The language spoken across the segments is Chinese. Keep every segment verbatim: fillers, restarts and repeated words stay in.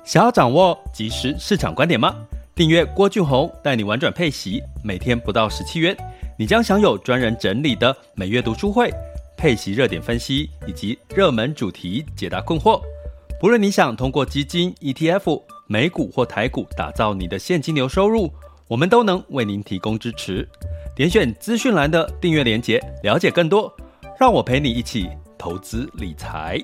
想要掌握即时市场观点吗？订阅郭俊宏带你玩转配息，每天不到十七元，你将享有专人整理的每月读书会、配息热点分析以及热门主题解答困惑。不论你想通过基金、E T F、美股或台股打造你的现金流收入，我们都能为您提供支持。点选资讯栏的订阅连结，了解更多。让我陪你一起投资理财。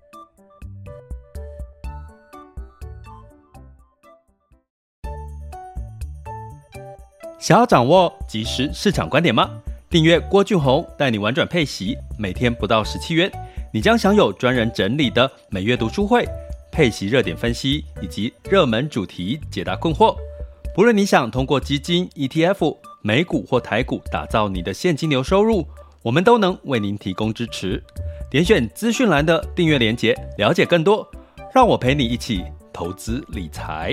想要掌握即时市场观点吗？订阅郭俊宏带你玩转配息，每天不到十七元，你将享有专人整理的每月读书会、配息热点分析以及热门主题解答困惑。不论你想通过基金、E T F、美股或台股打造你的现金流收入，我们都能为您提供支持。点选资讯栏的订阅连结，了解更多。让我陪你一起投资理财。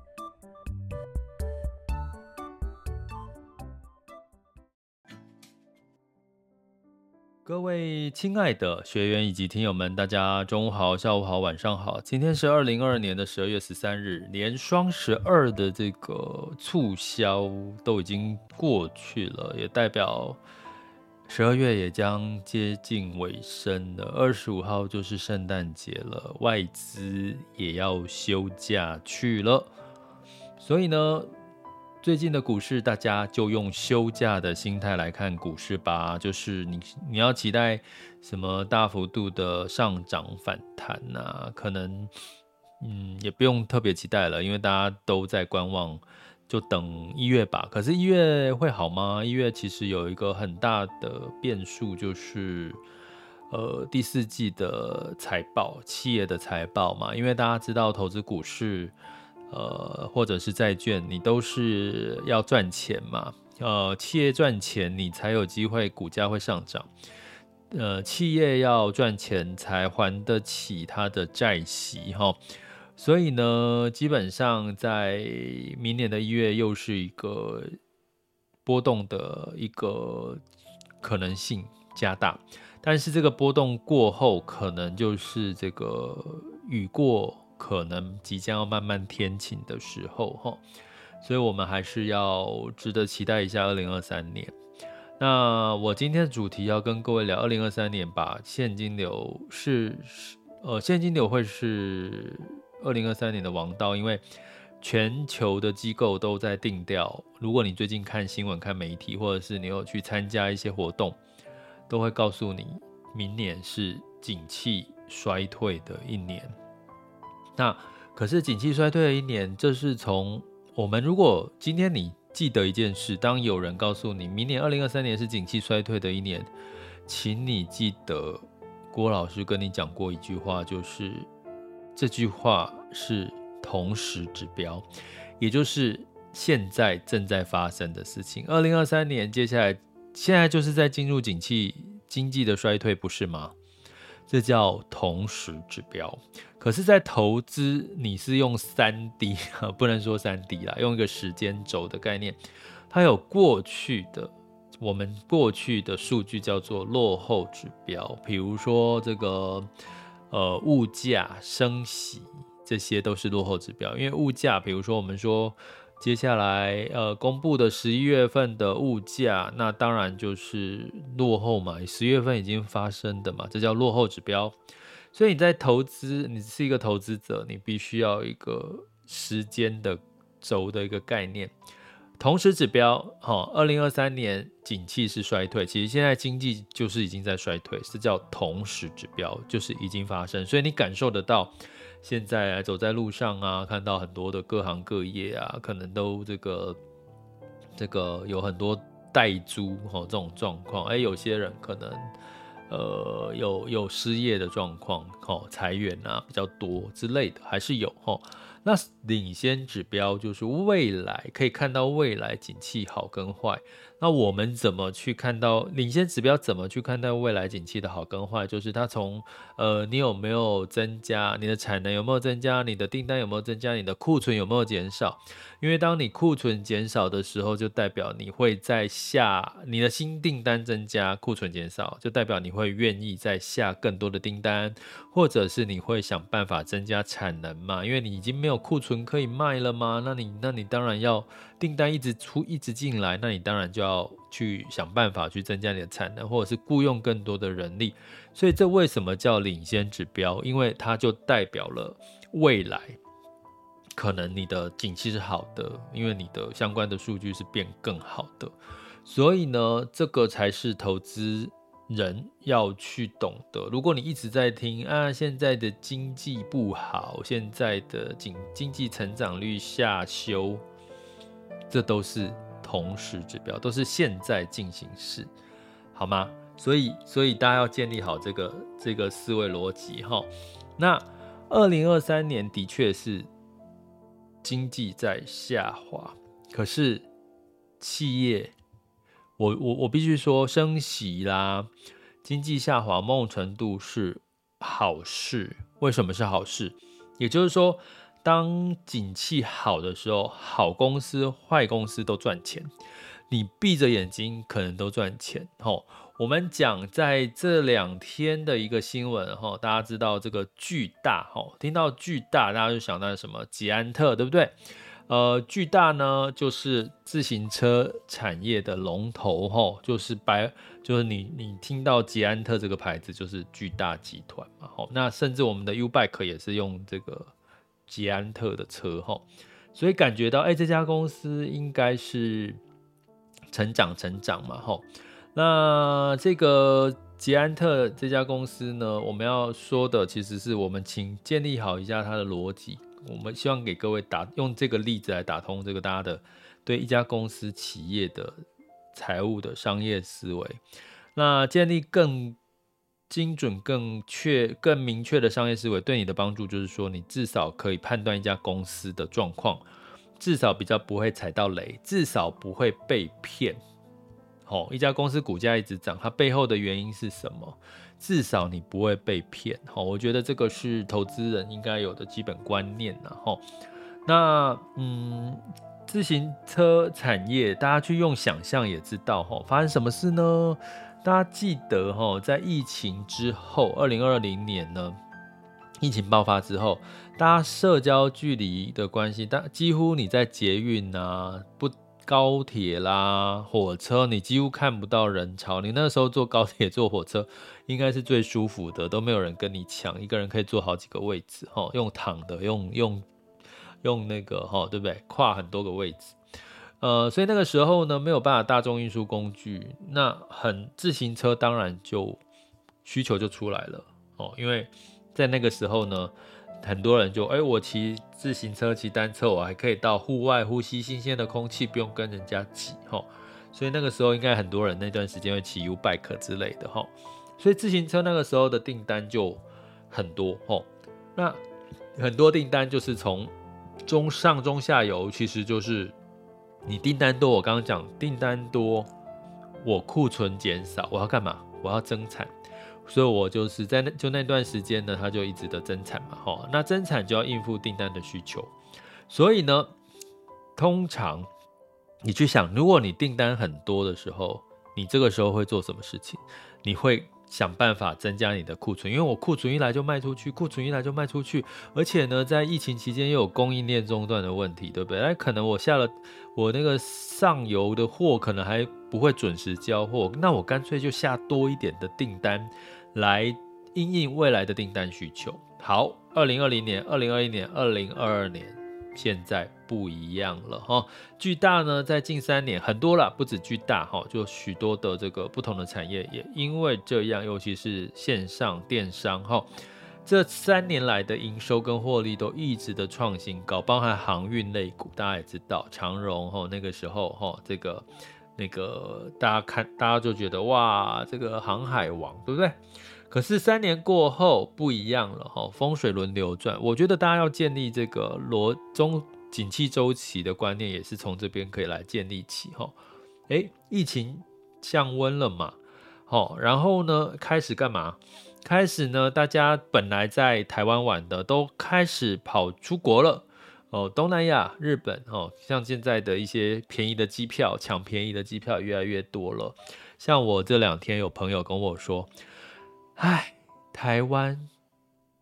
各位亲爱的学员以及听友们，大家中午好、下午好、晚上好。今天是二零二二年的十二月十三日，连双十二的这个促销都已经过去了，也代表十二月也将接近尾声了。二十五号就是圣诞节了，外资也要休假去了，所以呢，最近的股市，大家就用休假的心态来看股市吧，就是你你要期待什么大幅度的上涨反弹啊，可能嗯也不用特别期待了，因为大家都在观望，就等一月吧。可是一月会好吗？一月其实有一个很大的变数，就是呃第四季的财报，企业的财报嘛，因为大家知道投资股市。呃，或者是债券，你都是要赚钱嘛？呃，企业赚钱，你才有机会股价会上涨。呃，企业要赚钱才还得起它的债息哈。所以呢，基本上在明年的一月又是一个波动的一个可能性加大，但是这个波动过后，可能就是这个雨过。可能即将要慢慢天晴的时候，所以我们还是要值得期待一下二零二三年。那我今天的主题要跟各位聊二零二三年吧，现金流是呃现金流会是二零二三年的王道，因为全球的机构都在定调。如果你最近看新闻、看媒体，或者是你有去参加一些活动，都会告诉你，明年是景气衰退的一年。那可是景气衰退的一年，这是从我们如果今天你记得一件事，当有人告诉你明年二零二三年是景气衰退的一年，请你记得郭老师跟你讲过一句话，就是这句话是同时指标，也就是现在正在发生的事情。二零二三年接下来现在就是在进入景气经济的衰退，不是吗？这叫同时指标。可是在投资你是用 三 D 不能说 三 D 啦，用一个时间轴的概念，它有过去的我们过去的数据叫做落后指标，比如说这个呃物价、升息，这些都是落后指标。因为物价，比如说我们说接下来呃公布的十一月份的物价，那当然就是落后嘛，十月份已经发生的嘛，这叫落后指标。所以你在投资，你是一个投资者，你必须要有一个时间的轴的一个概念。同时指标，二零二三年景气是衰退，其实现在经济就是已经在衰退，是叫同时指标，就是已经发生。所以你感受得到，现在走在路上啊，看到很多的各行各业啊，可能都这个这个有很多代租这种状况，哎，有些人可能。呃，有有失业的状况，哦，裁员啊比较多之类的，还是有哦。那领先指标就是未来可以看到未来景气好跟坏。那我们怎么去看到领先指标？怎么去看待未来景气的好跟坏？就是它从呃，你有没有增加你的产能有没有增加，你的订单有没有增加，你的库存有没有减少？因为当你库存减少的时候，就代表你会在下你的新订单增加，库存减少，就代表你会愿意再下更多的订单，或或者是你会想办法增加产能嘛，因为你已经没有库存可以卖了嘛，那你那你当然要订单一直出一直进来，那你当然就要去想办法去增加你的产能，或者是雇佣更多的人力。所以这为什么叫领先指标？因为它就代表了未来可能你的景气是好的，因为你的相关的数据是变更好的。所以呢，这个才是投资人要去懂得。如果你一直在听啊，现在的经济不好，现在的经经济成长率下修，这都是同时指标，都是现在进行式，好吗？所以，所以大家要建立好这个这个思维逻辑哈。那二零二三年的确是经济在下滑，可是企业，我我我必须说，升息啦，经济下滑某种程度是好事。为什么是好事？也就是说，当景气好的时候，好公司、坏公司都赚钱，你闭着眼睛可能都赚钱。吼，我们讲在这两天的一个新闻，吼，大家知道这个巨大，吼，听到巨大，大家就想到什么？捷安特，对不对？呃，巨大呢，就是自行车产业的龙头，吼，就是白，就是你你听到捷安特这个牌子，就是巨大集团嘛，吼，那甚至我们的 U-Bike 也是用这个捷安特的车，吼，所以感觉到，哎，这家公司应该是成长成长嘛，吼，那这个捷安特这家公司呢，我们要说的其实是我们请建立好一下它的逻辑。我们希望给各位打用这个例子来打通这个大家的对一家公司企业的财务的商业思维，那建立更精准、更确、更明确的商业思维，对你的帮助就是说，你至少可以判断一家公司的状况，至少比较不会踩到雷，至少不会被骗。哦，一家公司股价一直涨，它背后的原因是什么？至少你不会被骗。哦，我觉得这个是投资人应该有的基本观念呐。哦，那嗯，自行车产业，大家去用想象也知道，哦，发生什么事呢？大家记得，哦，在疫情之后，二零二零年呢，疫情爆发之后，大家社交距离的关系，大几乎你在捷运啊，不。高铁啦、火车，你几乎看不到人潮。你那时候坐高铁、坐火车，应该是最舒服的，都没有人跟你抢，一个人可以坐好几个位置，用躺的，用用用那个，对不对？跨很多个位置，呃，所以那个时候呢，没有办法大众运输工具，那很自行车当然就需求就出来了，哦，因为在那个时候呢。很多人就哎、欸，我骑自行车、骑单车，我还可以到户外呼吸新鲜的空气，不用跟人家挤齁。所以那个时候应该很多人那段时间会骑 U-Bike 之类的齁。所以自行车那个时候的订单就很多齁。那很多订单就是从中上中下游，其实就是你订单多，我刚刚讲订单多，我库存减少，我要干嘛？我要增产。所以我就是在那就那段时间呢，它就一直的增产嘛，齁，那增产就要应付订单的需求，所以呢，通常你去想，如果你订单很多的时候，你这个时候会做什么事情？你会想办法增加你的库存，因为我库存一来就卖出去，库存一来就卖出去，而且呢，在疫情期间又有供应链中断的问题，对不对？那可能我下了我那个上游的货，可能还不会准时交货，那我干脆就下多一点的订单。来因应未来的订单需求。好，二零二零年、二零二一年、二零二二年，现在不一样了哈。巨大呢，在近三年很多啦，不止巨大哈，就许多的这个不同的产业也因为这样，尤其是线上电商哈，这三年来的营收跟获利都一直的创新高，包含航运类股，大家也知道长荣哈，那个时候哈，这个。那个大家看，大家就觉得哇，这个航海王，对不对？可是三年过后不一样了哈，风水轮流转。我觉得大家要建立这个罗中景气周期的观念，也是从这边可以来建立起哈。哎，疫情降温了嘛，好，然后呢，开始干嘛？开始呢，大家本来在台湾玩的，都开始跑出国了。哦，东南亚、日本，哦，像现在的一些便宜的机票，抢便宜的机票越来越多了。像我这两天有朋友跟我说，哎，台湾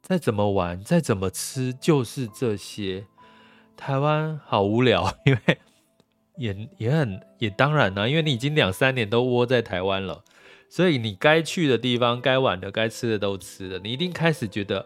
再怎么玩，再怎么吃，就是这些。台湾好无聊，因为也也很也当然啦，因为你已经两三年都窝在台湾了，所以你该去的地方、该玩的、该吃的都吃了，你一定开始觉得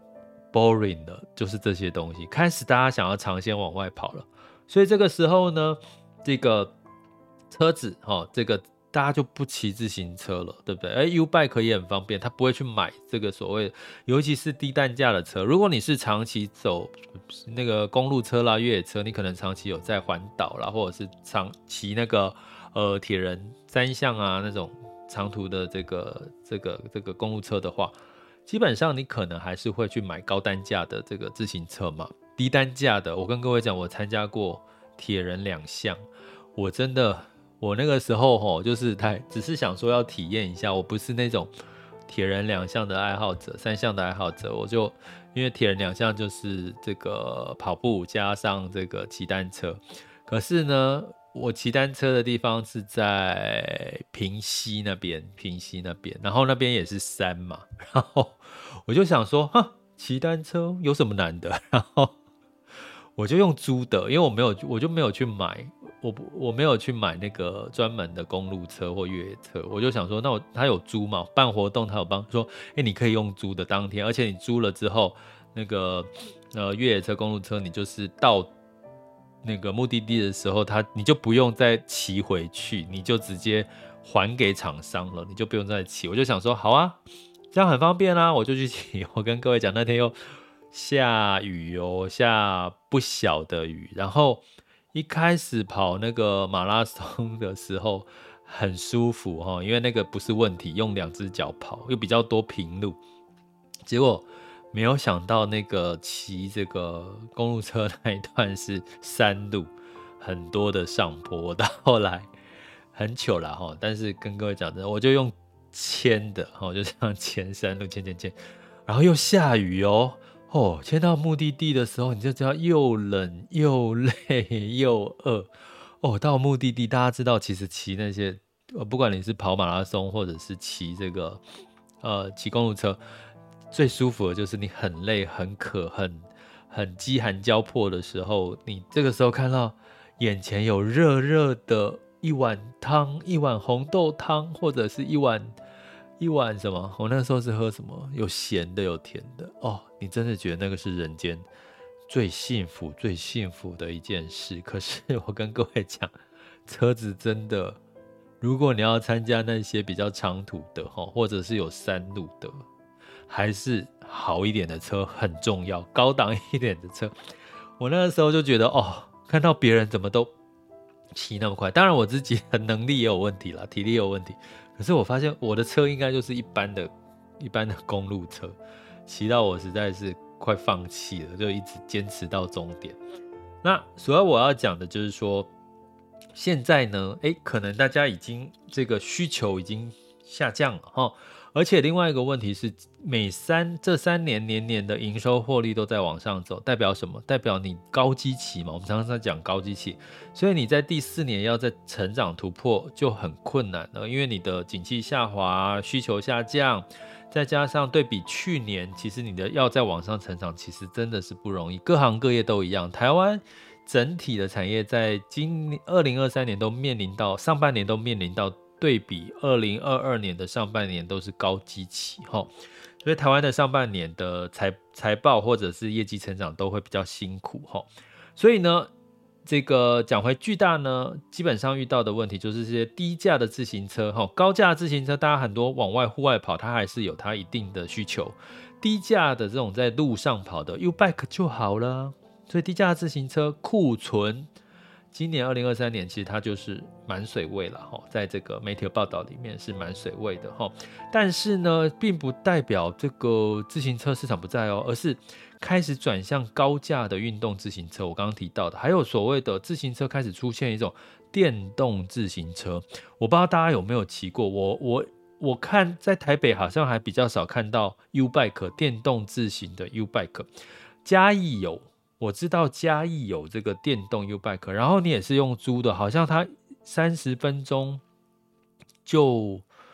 boring 了，就是这些东西，开始大家想要尝鲜往外跑了。所以这个时候呢，这个车子哦，这个大家就不骑自行车了，对不对？而 U-Bike 也很方便，他不会去买这个所谓，尤其是低单价的车。如果你是长期走那个公路车啦、越野车，你可能长期有在环岛啦，或者是长骑那个呃铁人三项啊那种长途的这个这个这个公路车的话，基本上你可能还是会去买高单价的这个自行车嘛。低单价的，我跟各位讲，我参加过铁人两项，我真的，我那个时候吼，就是太只是想说要体验一下，我不是那种铁人两项的爱好者，三项的爱好者，我就因为铁人两项就是这个跑步加上这个骑单车，可是呢，我骑单车的地方是在平溪那边，平溪那边，然后那边也是山嘛，然后我就想说，哈，骑单车有什么难的？然后我就用租的，因为我没有，我就没有去买，我我没有去买那个专门的公路车或越野车，我就想说，那我他有租嘛，办活动他有帮说，哎，你可以用租的当天，而且你租了之后，那个呃越野车、公路车，你就是到那个目的地的时候，他你就不用再骑回去，你就直接还给厂商了，你就不用再骑。我就想说，好啊，这样很方便啊，我就去骑。我跟各位讲，那天又下雨哦，下不小的雨。然后一开始跑那个马拉松的时候很舒服哈，因为那个不是问题，用两只脚跑，又比较多平路。结果没有想到那个骑这个公路车那一段是山路，很多的上坡。到后来很糗啦哈，但是跟各位讲真的，我就用牵的哈，就这样牵山路，牵牵牵，然后又下雨哦。哦，牵到目的地的时候，你就知道又冷又累又饿哦。到目的地，大家知道，其实骑那些，呃，不管你是跑马拉松或者是骑这个，呃，骑公路车，最舒服的就是你很累、很渴、很很饥寒交迫的时候，你这个时候看到眼前有热热的一碗汤，一碗红豆汤，或者是一碗。一碗什么？我那时候是喝什么？有咸的，有甜的哦。你真的觉得那个是人间最幸福、最幸福的一件事。可是我跟各位讲，车子真的，如果你要参加那些比较长途的或者是有山路的，还是好一点的车很重要，高档一点的车。我那个时候就觉得，哦，看到别人怎么都骑那么快，当然我自己的能力也有问题啦，体力也有问题。可是我发现我的车应该就是一般的、一般的公路车，骑到我实在是快放弃了，就一直坚持到终点。那主要我要讲的就是说，现在呢，哎，可能大家已经这个需求已经下降了哈。而且另外一个问题是，每三这三年年年的营收获利都在往上走，代表什么？代表你高基期嘛，我们常常在讲高基期，所以你在第四年要再成长突破就很困难了，因为你的景气下滑、需求下降，再加上对比去年，其实你的要再往上成长，其实真的是不容易，各行各业都一样。台湾整体的产业在今二零二三年都面临到上半年都面临到。对比二零二二年的上半年都是高基期，所以台湾的上半年的 财, 财报或者是业绩成长都会比较辛苦。所以呢，这个讲回巨大呢，基本上遇到的问题就是这些低价的自行车，高价的自行车大家很多往外户外跑，它还是有它一定的需求，低价的这种在路上跑的 U-Bike 就好了，所以低价的自行车库存今年二零二三年其实它就是满水位了，在这个媒体的报道里面是满水位的，但是呢并不代表这个自行车市场不在哦，而是开始转向高价的运动自行车，我刚刚提到的，还有所谓的自行车开始出现一种电动自行车，我不知道大家有没有骑过，我我我看在台北好像还比较少看到 U-Bike 电动自行的 U-Bike， 嘉义有，我知道嘉义有这个电动 U-Bike， 然后你也是用租的，好像它三十分钟就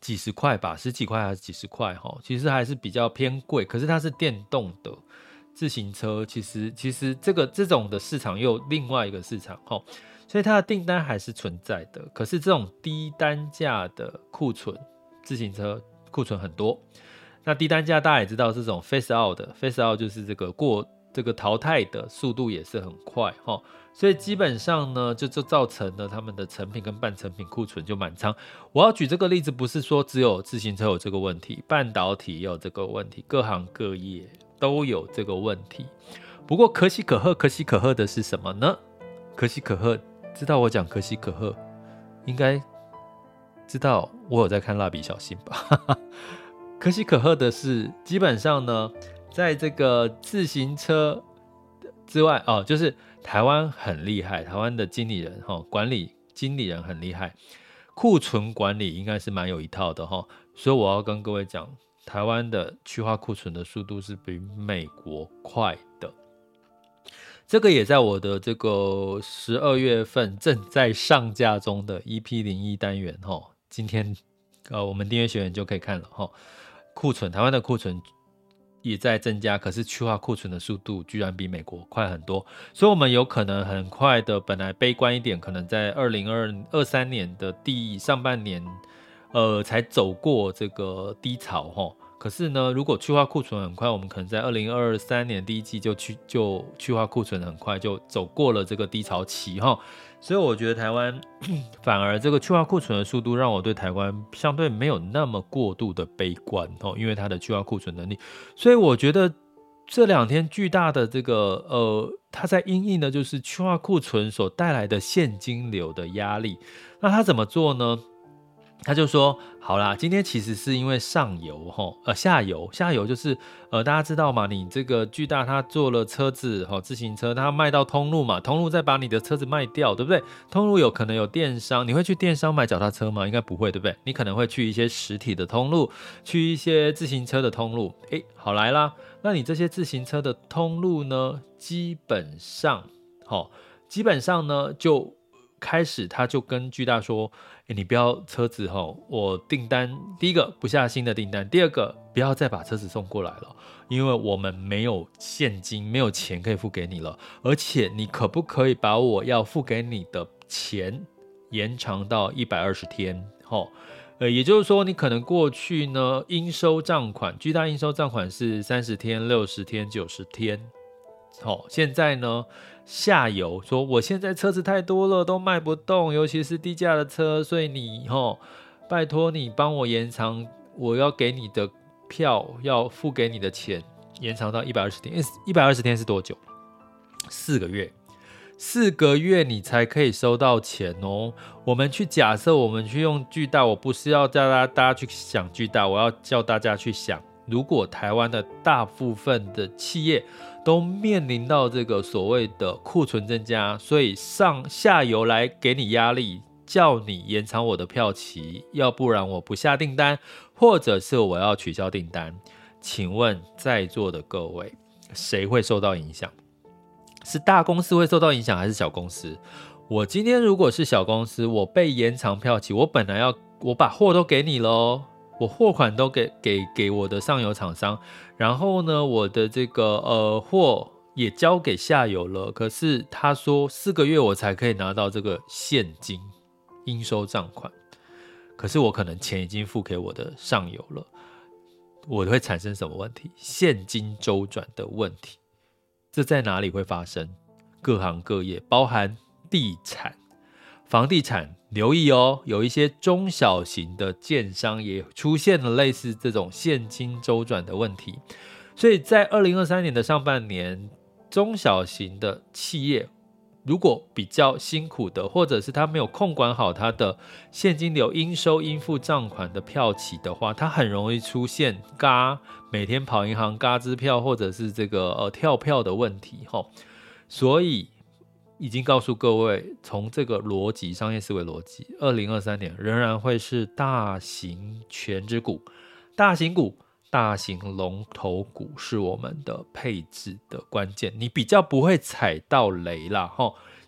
几十块吧，十几块还是几十块哈，其实还是比较偏贵。可是它是电动的自行车，其实其实这个这种的市场又有另外一个市场哈，所以它的订单还是存在的。可是这种低单价的库存自行车库存很多，那低单价大家也知道，这种 phase out 的 phase out 就是这个过这个淘汰的速度也是很快哈，所以基本上呢，就就造成了他们的成品跟半成品库存就满仓。我要举这个例子，不是说只有自行车有这个问题，半导体也有这个问题，各行各业都有这个问题。不过可喜可贺，可喜可贺的是什么呢？可喜可贺，知道我讲可喜可贺，应该知道我有在看蜡笔小新吧？可喜可贺的是，基本上呢，在这个自行车之外哦，就是台湾很厉害，台湾的经理人哈、哦，管理经理人很厉害，库存管理应该是蛮有一套的哈、哦。所以我要跟各位讲，台湾的去化库存的速度是比美国快的。这个也在我的这个十二月份正在上架中的 E P 零一 单元哈、哦，今天呃我们订阅学员就可以看了哈、哦。库存，台湾的库存也在增加，可是去化库存的速度居然比美国快很多，所以我们有可能很快的，本来悲观一点，可能在二零二三年的第上半年，呃，才走过这个低潮齁。可是呢，如果去化库存很快，我们可能在二零二三年第一季就去就去化库存很快就走过了这个低潮期齁。所以我觉得台湾反而这个去化库存的速度让我对台湾相对没有那么过度的悲观哦，因为它的去化库存能力。所以我觉得这两天巨大的这个呃，它在因应的就是去化库存所带来的现金流的压力。那它怎么做呢？他就说好啦，今天其实是因为上游齁，呃下游下游就是呃大家知道嘛，你这个巨大他做了车子齁，自行车他卖到通路嘛，通路再把你的车子卖掉，对不对？通路有可能有电商，你会去电商买脚踏车吗？应该不会，对不对？你可能会去一些实体的通路，去一些自行车的通路。诶，好来啦，那你这些自行车的通路呢，基本上齁，基本上呢就开始他就跟巨大说，欸、你不要车子齁，我订单第一个不下新的订单，第二个不要再把车子送过来了，因为我们没有现金，没有钱可以付给你了，而且你可不可以把我要付给你的钱延长到一百二十天齁？呃，也就是说，你可能过去呢应收账款，巨大应收账款是三十天、六十天、九十天，好，现在呢？下游说我现在车子太多了都卖不动，尤其是低价的车，所以你齁，拜托你帮我延长我要给你的票，要付给你的钱延长到一百二十天。一百二十天是多久？四个月。四个月你才可以收到钱哦。我们去假设，我们去用巨大，我不是要叫大家大家去想巨大，我要叫大家去想，如果台湾的大部分的企业都面临到这个所谓的库存增加，所以上下游来给你压力，叫你延长我的票期，要不然我不下订单，或者是我要取消订单。请问在座的各位，谁会受到影响？是大公司会受到影响，还是小公司？我今天如果是小公司，我被延长票期，我本来要我把货都给你了哦。我货款都给给给我的上游厂商，然后呢，我的这个呃货也交给下游了。可是他说四个月我才可以拿到这个现金应收账款，可是我可能钱已经付给我的上游了，我会产生什么问题？现金周转的问题。这在哪里会发生？各行各业，包含地产、房地产。留意哦，有一些中小型的建商也出现了类似这种现金周转的问题，所以在二零二三年的上半年，中小型的企业如果比较辛苦的，或者是他没有控管好他的现金流应收应付账款的票期的话，他很容易出现嘎每天跑银行嘎支票，或者是这个呃跳票的问题齁。所以已经告诉各位，从这个逻辑商业思维逻辑，二零二三年仍然会是大型权值股、大型股、大型龙头股是我们的配置的关键，你比较不会踩到雷啦齁。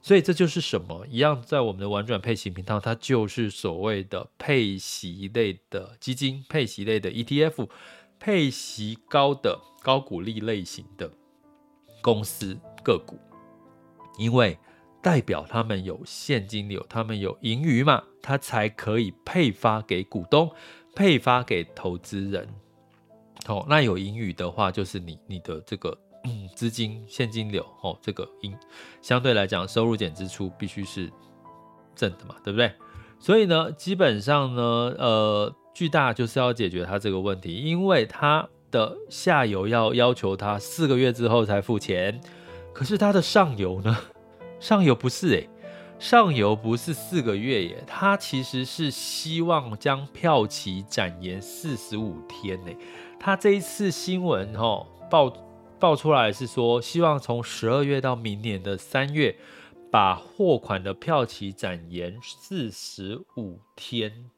所以这就是什么？一样在我们的玩转配息频道，它就是所谓的配息类的基金、配息类的 E T F、配息高的高股利类型的公司个股，因为代表他们有现金流，他们有盈余嘛，它才可以配发给股东，配发给投资人。哦，那有盈余的话，就是你你的这个嗯资金现金流哦，这个盈相对来讲收入减支出必须是正的嘛，对不对？所以呢，基本上呢，呃，巨大就是要解决它这个问题，因为它的下游要要求它四个月之后才付钱，可是它的上游呢，上游不是诶，上游不是四个月耶，它其实是希望将票期展延四十五天耶。他这一次新闻、哦、爆, 爆出来是说，希望从十二月到明年的三月，把货款的票期展延四十五天，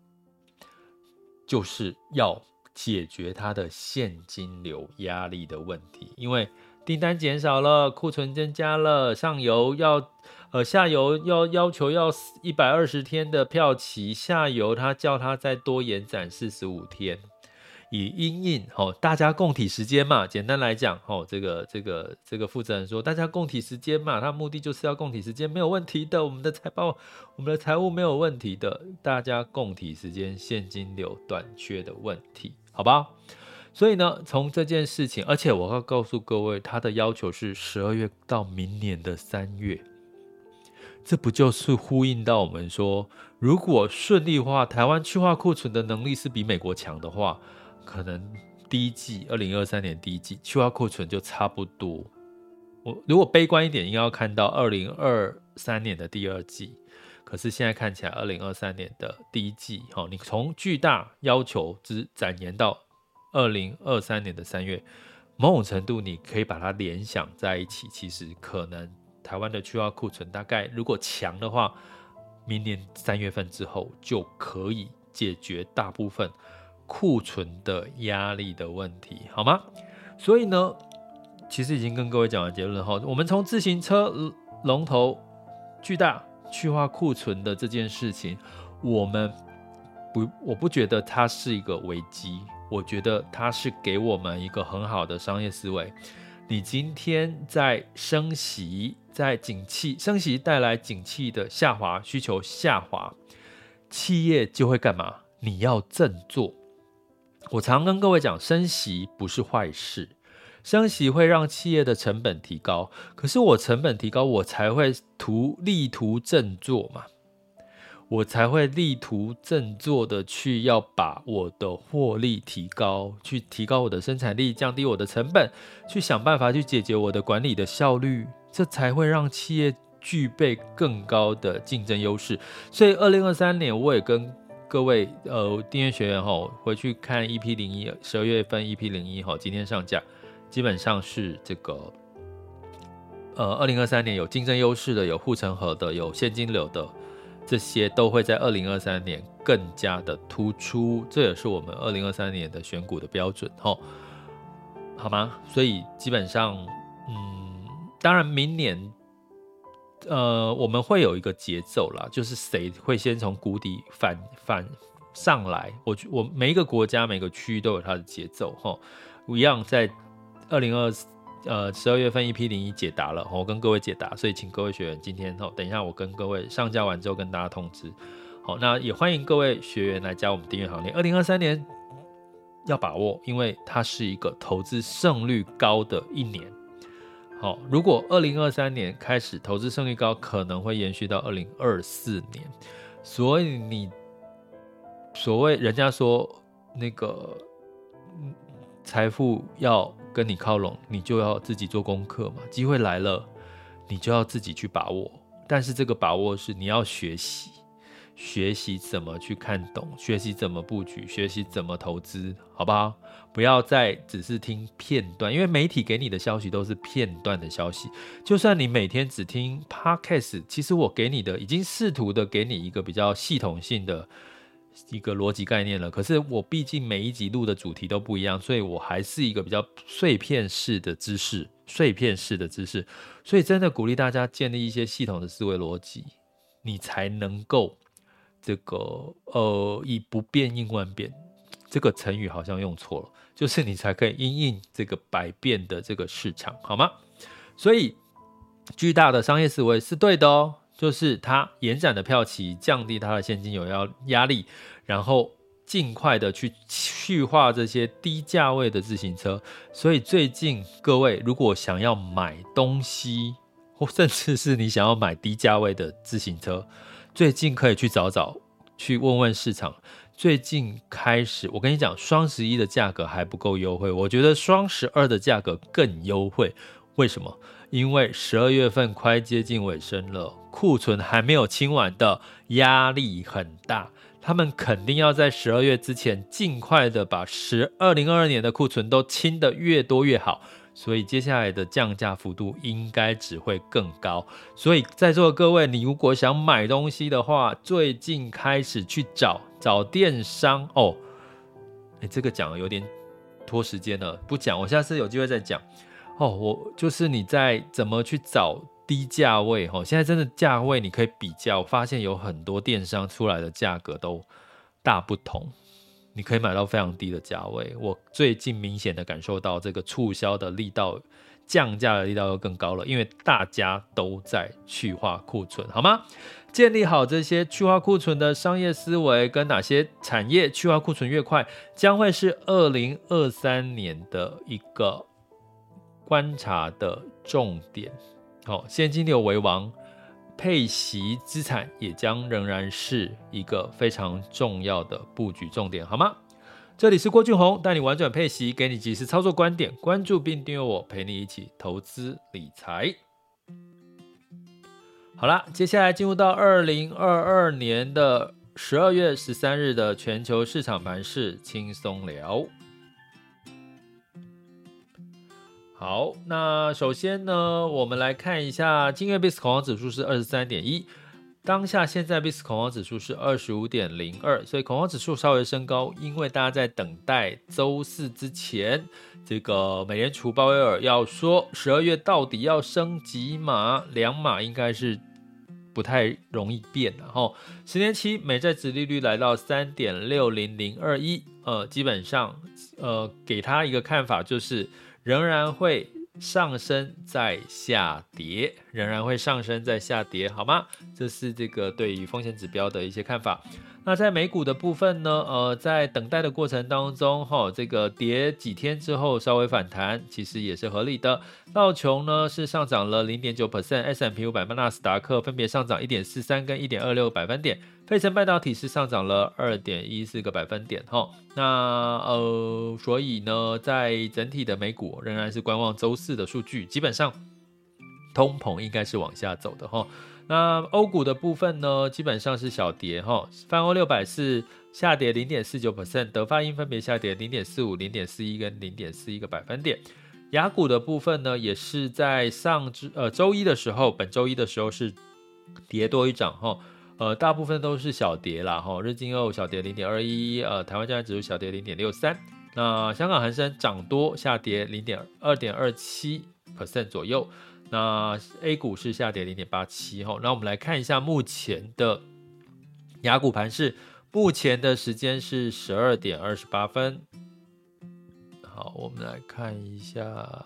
就是要解决它的现金流压力的问题。因为订单减少了，库存增加了，上游要呃下游要要求要一百二十天的票期，下游他叫他再多延展四十五天。以因应、哦、大家共体时间嘛，简单来讲、哦、这个这个这个负责人说，大家共体时间嘛，他目的就是要共体时间，没有问题的，我们的财报我们的财务没有问题的，大家共体时间现金流短缺的问题，好不好？所以呢，从这件事情，而且我要告诉各位，他的要求是十二月到明年的三月，这不就是呼应到我们说，如果顺利的话，台湾去化库存的能力是比美国强的话，可能第一季二零二三年第一季去化库存就差不多。我如果悲观一点，应该要看到二零二三年的第二季。可是现在看起来，二零二三年的第一季，哦、你从巨大要求之展延到二零二三年的三月，某种程度你可以把它联想在一起。其实可能台湾的去化库存大概如果强的话，明年三月份之后就可以解决大部分库存的压力的问题，好吗？所以呢，其实已经跟各位讲完结论后，我们从自行车龙头巨大去化库存的这件事情，我们不，我不觉得它是一个危机，我觉得它是给我们一个很好的商业思维。你今天在升息，在景气升息带来景气的下滑，需求下滑，企业就会干嘛？你要振作。我常跟各位讲，升息不是坏事，升息会让企业的成本提高，可是我成本提高，我才会图力图振作嘛，我才会力图振作的去要把我的获利提高，去提高我的生产力，降低我的成本，去想办法去解决我的管理的效率，这才会让企业具备更高的竞争优势。所以二零二三年我也跟各位呃订阅学员吼，回去看 E P 零一 十二月份 E P 零一 吼，今天上架，基本上是这个呃二零二三年有竞争优势的，有护城河的，有现金流的，这些都会在二零二三年更加的突出，这也是我们二零二三年的选股的标准吼，好吗？所以基本上嗯，当然明年呃，我们会有一个节奏啦，就是谁会先从谷底反反上来。我我每一个国家每个区域都有它的节奏哈。一样在二零二呃十二月份 E P 零一解答了，我跟各位解答，所以请各位学员今天哈，等一下我跟各位上架完之后跟大家通知。好，那也欢迎各位学员来加我们订阅行列。二零二三年要把握，因为它是一个投资胜率高的一年。好，如果二零二三年开始投资胜率高，可能会延续到二零二四年，所以你所谓人家说那个财富要跟你靠拢，你就要自己做功课嘛，机会来了，你就要自己去把握，但是这个把握是你要学习。学习怎么去看懂，学习怎么布局，学习怎么投资，好不好？不要再只是听片段，因为媒体给你的消息都是片段的消息。就算你每天只听 podcast， 其实我给你的已经试图的给你一个比较系统性的一个逻辑概念了。可是我毕竟每一集录的主题都不一样，所以我还是一个比较碎片式的知识碎片式的知识，所以真的鼓励大家建立一些系统的思维逻辑，你才能够这个呃以不变应万变，这个成语好像用错了，就是你才可以因应这个百变的这个市场，好吗？所以巨大的商业思维是对的哦，就是它延展的票期，降低它的现金流压力，然后尽快的去去化这些低价位的自行车。所以最近各位如果想要买东西，或甚至是你想要买低价位的自行车，最近可以去找找，去问问市场。最近开始，我跟你讲，双十一的价格还不够优惠，我觉得双十二的价格更优惠。为什么？因为十二月份快接近尾声了，库存还没有清完的压力很大，他们肯定要在十二月之前尽快的把二零二二年的库存都清得越多越好，所以接下来的降价幅度应该只会更高。所以在座的各位，你如果想买东西的话，最近开始去找找电商哦。诶，这个讲有点拖时间了，不讲，我下次有机会再讲哦。我就是你在怎么去找低价位哦，现在真的价位你可以比较，我发现有很多电商出来的价格都大不同，你可以买到非常低的价位。我最近明显的感受到这个促销的力道，降价的力道又更高了，因为大家都在去化库存，好吗？建立好这些去化库存的商业思维，跟哪些产业去化库存越快，将会是二零二三年的一个观察的重点。好，现金流为王，配息资产也将仍然是一个非常重要的布局重点，好吗？这里是郭俊宏，带你玩转配息，给你及时操作观点，关注并订阅我，陪你一起投资理财。好啦，接下来进入到二零二二年的十二月十三日的全球市场盘势轻松聊。好，那首先呢，我们来看一下今月 B I S 恐慌指数是 二十三点一， 当下现在 B I S 恐慌指数是 二十五点零二， 所以恐慌指数稍微升高，因为大家在等待周四之前这个美联储鲍威尔要说十二月到底要升几码，两码应该是不太容易变的齁。十年期美债殖利率来到 三点六零零二一， 呃，基本上呃给他一个看法，就是仍然会上升再下跌，仍然会上升再下跌，好吗？这是这个对于风险指标的一些看法。那在美股的部分呢，呃，在等待的过程当中，齁，这个跌几天之后稍微反弹，其实也是合理的。道琼呢是上涨了 零点九 百分点， S and P 五百 纳斯达克分别上涨 一点四三 跟 一点二六 个百分点，费城半导体是上涨了 二点一四 个百分点。那呃，所以呢，在整体的美股仍然是观望周四的数据，基本上通膨应该是往下走的齁。那欧股的部分呢，基本上是小跌齁，泛欧六百是下跌 零点四九 百分点， 德法英分别下跌 零点四五、零点四一 跟 零点四一 个百分点。亚股的部分呢，也是在上呃周一的时候，本周一的时候是跌多一涨齁，呃大部分都是小跌啦齁，日经二五小跌 零点二一， 呃台湾加权指数小跌 零点六三， 那香港恒生涨多下跌 二点二七 百分点 左右。那 A 股是下跌 零点八七， 那我们来看一下目前的亚股盘势，目前的时间是十二点二十八分。好，我们来看一下。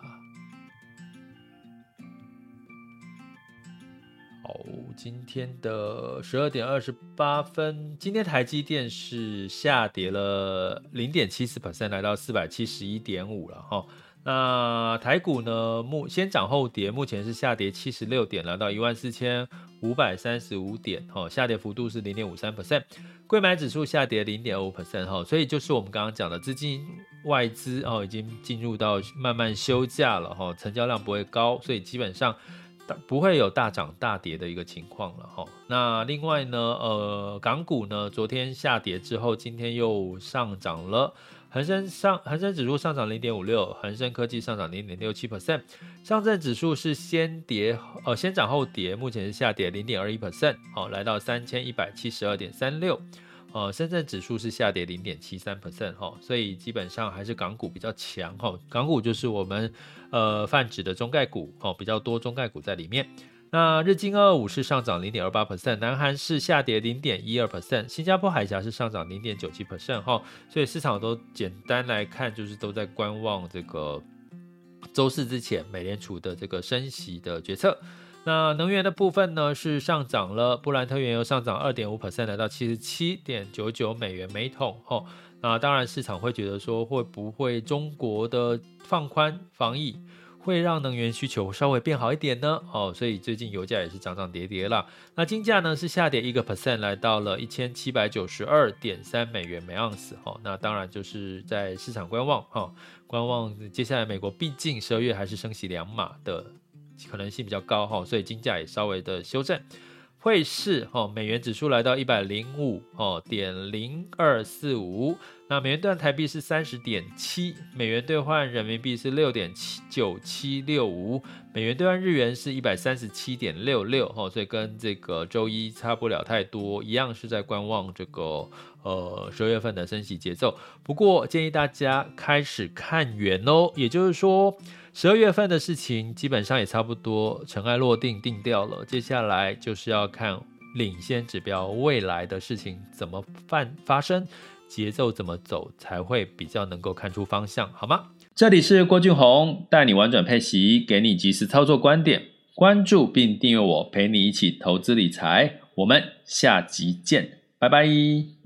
好，今天的十二点二十八分，今天台积电是下跌了 零点七四 百分点， 来到 四百七十一点五 了齁。那台股呢，先涨后跌，目前是下跌七十六点，来到 一万四千五百三十五 点，下跌幅度是 零点五三 百分点， 柜买指数下跌 零点二五 百分点， 所以就是我们刚刚讲的资金外资已经进入到慢慢休假了，成交量不会高，所以基本上不会有大涨大跌的一个情况了。那另外呢，呃，港股呢，昨天下跌之后，今天又上涨了。恒生上恒生指数上涨 零点五六， 恒生科技上涨 零点六七 百分点， 上证指数是先跌呃先涨后跌，目前是下跌 零点二一 百分点， 好，来到 三千一百七十二点三六。 呃，深圳指数是下跌 百分之零点七三、哦、所以基本上还是港股比较强、哦、港股就是我们呃泛指的中概股、哦、比较多中概股在里面。那日经二二五是上涨 百分之零点二八， 南韩是下跌 百分之零点一二， 新加坡海峡是上涨 百分之零点九七、哦、所以市场都简单来看就是都在观望这个周四之前美联储的这个升息的决策。那能源的部分呢是上涨了，布兰特原油上涨 百分之二点五， 来到 七十七点九九美元每桶、哦、那当然市场会觉得说会不会中国的放宽防疫会让能源需求稍微变好一点呢、哦、所以最近油价也是涨涨跌跌啦。那金价呢是下跌 百分之一， 来到了 一千七百九十二点三美元每盎司、哦、那当然就是在市场观望、哦、观望接下来美国毕竟十二月还是升息两码的可能性比较高，所以金价也稍微的修正。汇市美元指数来到 一百零五点零二四五， 那美元兑换台币是 三十点七， 美元兑换人民币是 六点九七六五， 美元兑换日元是 一百三十七点六六， 所以跟这个周一差不了太多，一样是在观望这个呃十二月份的升息节奏。不过建议大家开始看远哦，也就是说十二月份的事情基本上也差不多尘埃落定定掉了，接下来就是要看领先指标未来的事情怎么发生，节奏怎么走，才会比较能够看出方向，好吗？这里是郭俊宏，带你玩转配息，给你及时操作观点，关注并订阅我，陪你一起投资理财，我们下集见，拜拜。